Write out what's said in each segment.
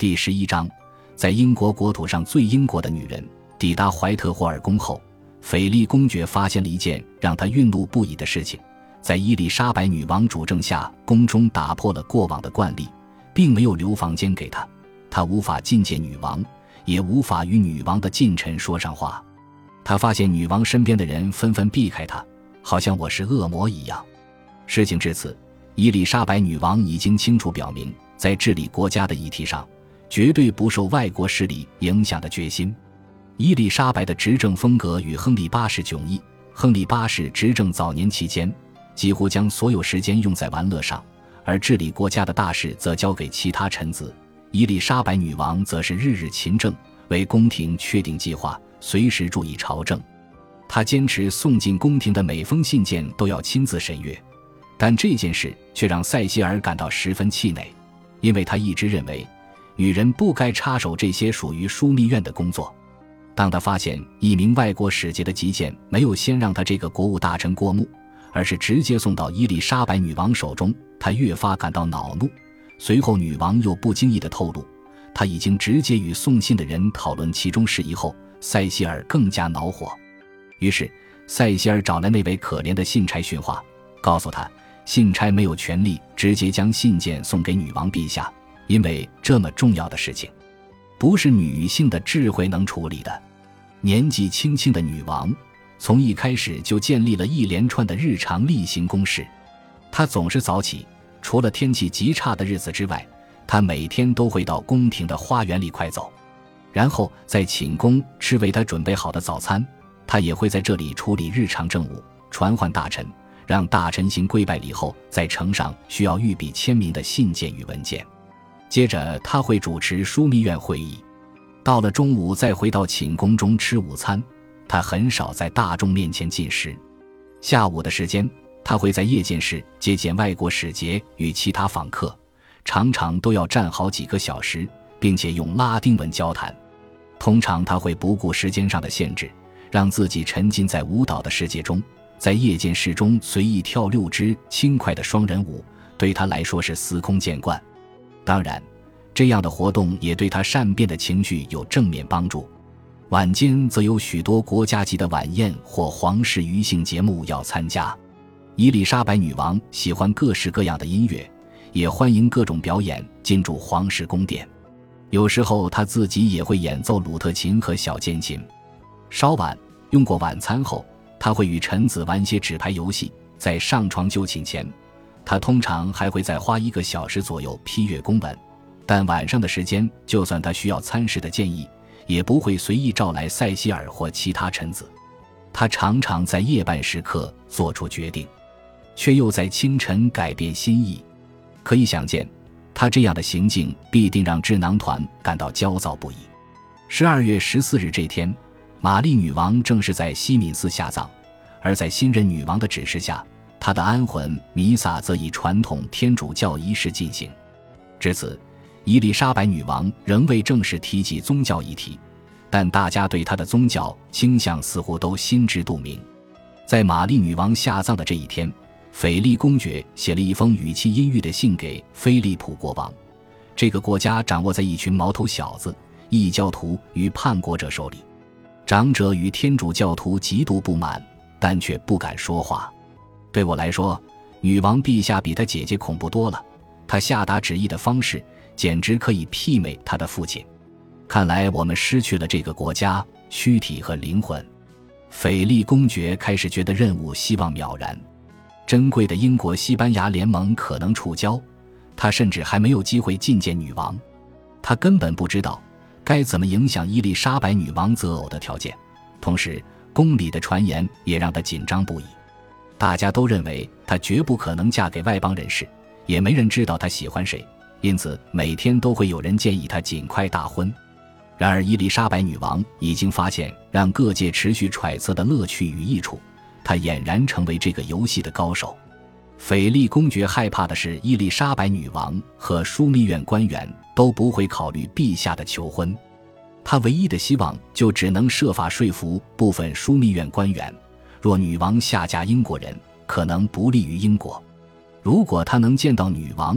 第11章，在英国国土上最英国的女人。抵达怀特霍尔宫后，斐利公爵发现了一件让他愠怒不已的事情。在伊丽莎白女王主政下，宫中打破了过往的惯例，并没有留房间给他，他无法觐见女王，也无法与女王的近臣说上话。他发现女王身边的人纷纷避开他，好像我是恶魔一样。事情至此，伊丽莎白女王已经清楚表明，在治理国家的议题上，绝对不受外国势力影响的决心。伊丽莎白的执政风格与亨利八世迥异。亨利八世执政早年期间，几乎将所有时间用在玩乐上，而治理国家的大事则交给其他臣子。伊丽莎白女王则是日日勤政，为宫廷确定计划，随时注意朝政。她坚持送进宫廷的每封信件都要亲自审阅，但这件事却让塞西尔感到十分气馁，因为他一直认为女人不该插手这些属于枢密院的工作。当他发现一名外国使节的急件没有先让他这个国务大臣过目，而是直接送到伊丽莎白女王手中，他越发感到恼怒。随后女王又不经意地透露，他已经直接与送信的人讨论其中事宜后，塞西尔更加恼火。于是塞西尔找来那位可怜的信差训话，告诉他信差没有权利直接将信件送给女王陛下，因为这么重要的事情不是女性的智慧能处理的。年纪轻轻的女王从一开始就建立了一连串的日常例行公事。她总是早起，除了天气极差的日子之外，她每天都会到宫廷的花园里快走，然后在寝宫吃为她准备好的早餐。她也会在这里处理日常政务，传唤大臣，让大臣行跪拜礼后再呈上需要御笔签名的信件与文件。接着他会主持枢密院会议，到了中午再回到寝宫中吃午餐。他很少在大众面前进食。下午的时间，他会在夜间室接见外国使节与其他访客，常常都要站好几个小时，并且用拉丁文交谈。通常他会不顾时间上的限制，让自己沉浸在舞蹈的世界中，在夜间室中随意跳6支轻快的双人舞，对他来说是司空见惯。当然，这样的活动也对他善变的情绪有正面帮助。晚间则有许多国家级的晚宴或皇室娱乐节目要参加。伊丽莎白女王喜欢各式各样的音乐，也欢迎各种表演进驻皇室宫殿。有时候她自己也会演奏鲁特琴和小键琴。稍晚，用过晚餐后，她会与臣子玩些纸牌游戏。在上床就寝前，她通常还会再花1个小时左右批阅公文。但晚上的时间，就算他需要参事的建议，也不会随意召来塞西尔或其他臣子。他常常在夜半时刻做出决定，却又在清晨改变心意。可以想见，他这样的行径必定让智囊团感到焦躁不已。12月14日这天，玛丽女王正是在西敏寺下葬，而在新任女王的指示下，她的安魂弥撒则以传统天主教仪式进行。至此，伊丽莎白女王仍未正式提及宗教议题，但大家对她的宗教倾向似乎都心知肚明。在玛丽女王下葬的这一天，斐利公爵写了一封语气阴郁的信给菲利普国王。这个国家掌握在一群毛头小子、异教徒与叛国者手里，长者与天主教徒极度不满，但却不敢说话。对我来说，女王陛下比她姐姐恐怖多了，她下达旨意的方式简直可以媲美她的父亲。看来我们失去了这个国家躯体和灵魂。斐利公爵开始觉得任务希望渺然，珍贵的英国西班牙联盟可能触礁，他甚至还没有机会觐见女王。他根本不知道该怎么影响伊丽莎白女王择偶的条件，同时宫里的传言也让他紧张不已。大家都认为她绝不可能嫁给外邦人士，也没人知道她喜欢谁，因此每天都会有人建议她尽快大婚。然而伊丽莎白女王已经发现让各界持续揣测的乐趣与益处，她俨然成为这个游戏的高手。斐利公爵害怕的是伊丽莎白女王和枢密院官员都不会考虑陛下的求婚，他唯一的希望就只能设法说服部分枢密院官员，若女王下嫁英国人，可能不利于英国。如果他能见到女王，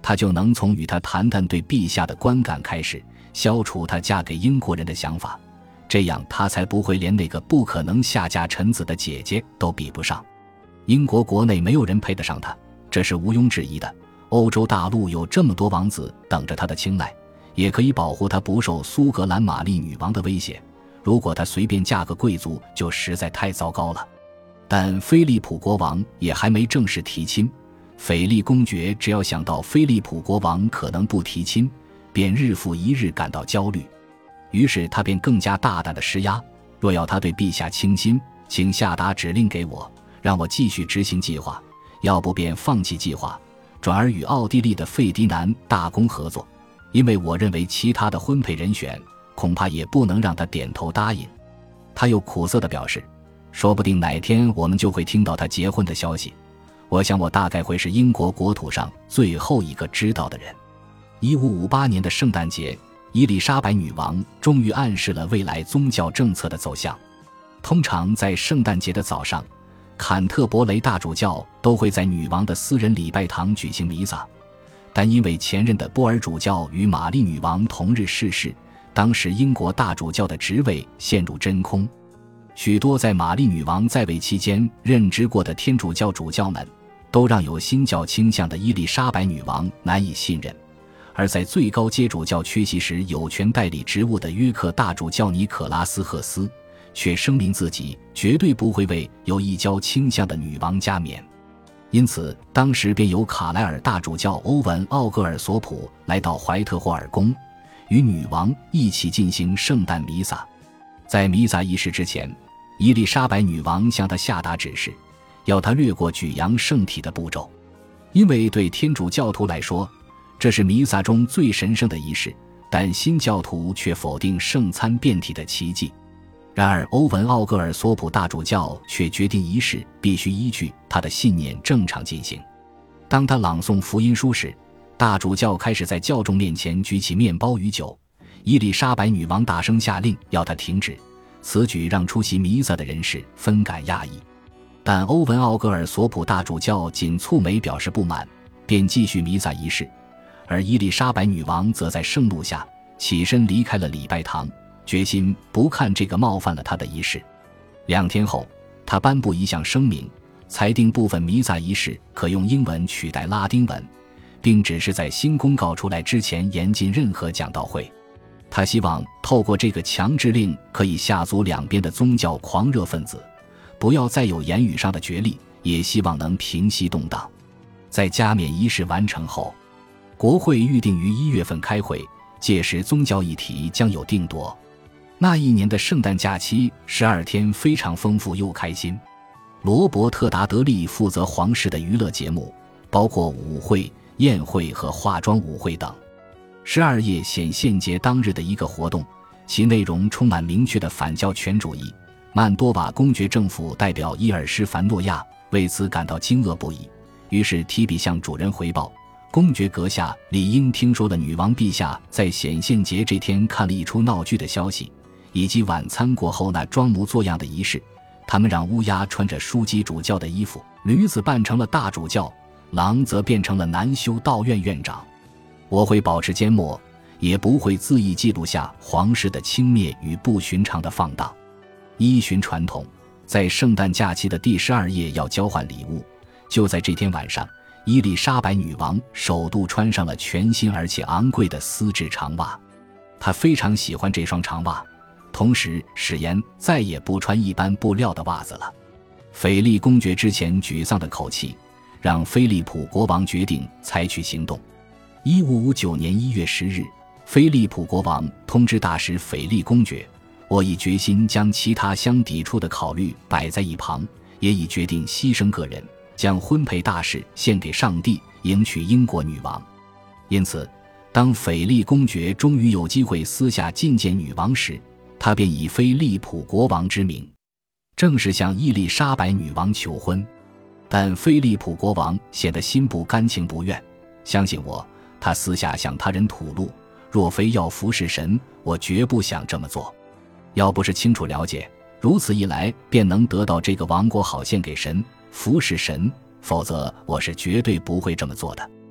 他就能从与他谈谈对陛下的观感开始，消除她嫁给英国人的想法，这样他才不会连那个不可能下嫁臣子的姐姐都比不上。英国国内没有人配得上他，这是毋庸置疑的。欧洲大陆有这么多王子等着他的青睐，也可以保护他不受苏格兰玛丽女王的威胁。如果他随便嫁个贵族，就实在太糟糕了。但菲利普国王也还没正式提亲，斐利公爵只要想到菲利普国王可能不提亲，便日复一日感到焦虑。于是他便更加大胆地施压，若要他对陛下倾心，请下达指令给我，让我继续执行计划，要不便放弃计划，转而与奥地利的费迪南大公合作，因为我认为其他的婚配人选恐怕也不能让他点头答应。他又苦涩地表示，说不定哪天我们就会听到他结婚的消息，我想我大概会是英国国土上最后一个知道的人。1558年的圣诞节，伊丽莎白女王终于暗示了未来宗教政策的走向。通常在圣诞节的早上，坎特伯雷大主教都会在女王的私人礼拜堂举行弥撒，但因为前任的波尔主教与玛丽女王同日逝世，当时英国大主教的职位陷入真空。许多在玛丽女王在位期间任职过的天主教主教们都让有新教倾向的伊丽莎白女王难以信任，而在最高阶主教缺席时有权代理职务的约克大主教尼可拉斯·赫斯却声明自己绝对不会为有异教倾向的女王加冕。因此当时便由卡莱尔大主教欧文·奥格尔索普来到怀特霍尔宫，与女王一起进行圣诞弥撒。在弥撒仪式之前，伊丽莎白女王向他下达指示，要他略过举扬圣体的步骤，因为对天主教徒来说，这是弥撒中最神圣的仪式，但新教徒却否定圣餐变体的奇迹。然而欧文·奥格尔索普大主教却决定仪式必须依据他的信念正常进行。当他朗诵福音书时，大主教开始在教众面前举起面包与酒，伊丽莎白女王大声下令要他停止，此举让出席弥撒的人士分感讶异。但欧文·奥格尔索普大主教仅蹙眉表示不满，便继续弥撒仪式，而伊丽莎白女王则在盛怒下起身离开了礼拜堂，决心不看这个冒犯了他的仪式。2天后，他颁布一项声明，裁定部分弥撒仪式可用英文取代拉丁文，并指示在新公告出来之前严禁任何讲道会。他希望透过这个强制令可以下足两边的宗教狂热分子，不要再有言语上的角力，也希望能平息动荡。在加冕仪式完成后，国会预定于1月份开会，届时宗教议题将有定夺。那一年的圣诞假期12天非常丰富又开心。罗伯特·达德利负责皇室的娱乐节目，包括舞会、宴会和化妆舞会等。12夜显现节当日的一个活动，其内容充满明确的反教权主义。曼多瓦公爵政府代表伊尔施凡诺亚为此感到惊愕不已，于是提笔向主人回报，公爵阁下理应听说了女王陛下在显现节这天看了一出闹剧的消息，以及晚餐过后那装模作样的仪式。他们让乌鸦穿着枢机主教的衣服，驴子扮成了大主教，狼则变成了南修道院院长。我会保持缄默，也不会恣意记录下皇室的轻蔑与不寻常的放荡。依循传统，在圣诞假期的第12夜要交换礼物。就在这天晚上，伊丽莎白女王首度穿上了全新而且昂贵的丝质长袜。她非常喜欢这双长袜，同时誓言再也不穿一般布料的袜子了。斐利公爵之前沮丧的口气，让菲利普国王决定采取行动。1559年1月10日，菲利普国王通知大使斐利公爵，我已决心将其他相抵触的考虑摆在一旁，也已决定牺牲个人，将婚配大事献给上帝，迎娶英国女王。因此当斐利公爵终于有机会私下觐见女王时，他便以菲利普国王之名正式向伊丽莎白女王求婚。但菲利普国王显得心不甘情不愿，相信我，他私下向他人吐露，若非要服侍神，我绝不想这么做。要不是清楚了解，如此一来便能得到这个王国好献给神，服侍神，否则我是绝对不会这么做的。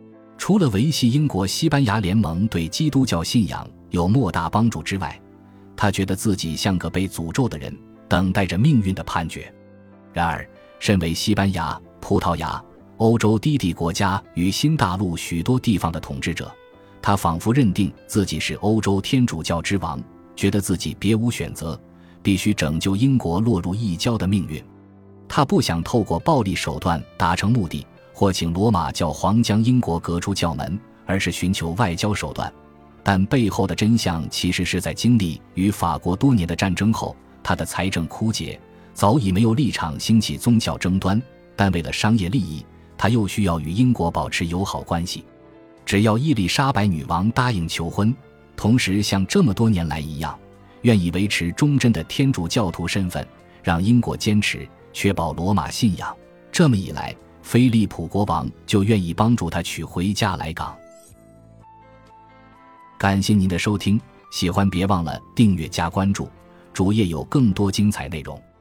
除了维系英国西班牙联盟对基督教信仰有莫大帮助之外，他觉得自己像个被诅咒的人，等待着命运的判决。然而，身为西班牙、葡萄牙、欧洲低地国家与新大陆许多地方的统治者，他仿佛认定自己是欧洲天主教之王，觉得自己别无选择，必须拯救英国落入异教的命运。他不想透过暴力手段达成目的，或请罗马教皇将英国革出教门，而是寻求外交手段。但背后的真相其实是在经历与法国多年的战争后，他的财政枯竭，早已没有立场兴起宗教争端，但为了商业利益，他又需要与英国保持友好关系。只要伊丽莎白女王答应求婚，同时像这么多年来一样，愿意维持忠贞的天主教徒身份，让英国坚持确保罗马信仰，这么一来，菲利普国王就愿意帮助他娶回家来港。感谢您的收听，喜欢别忘了订阅加关注，主页有更多精彩内容。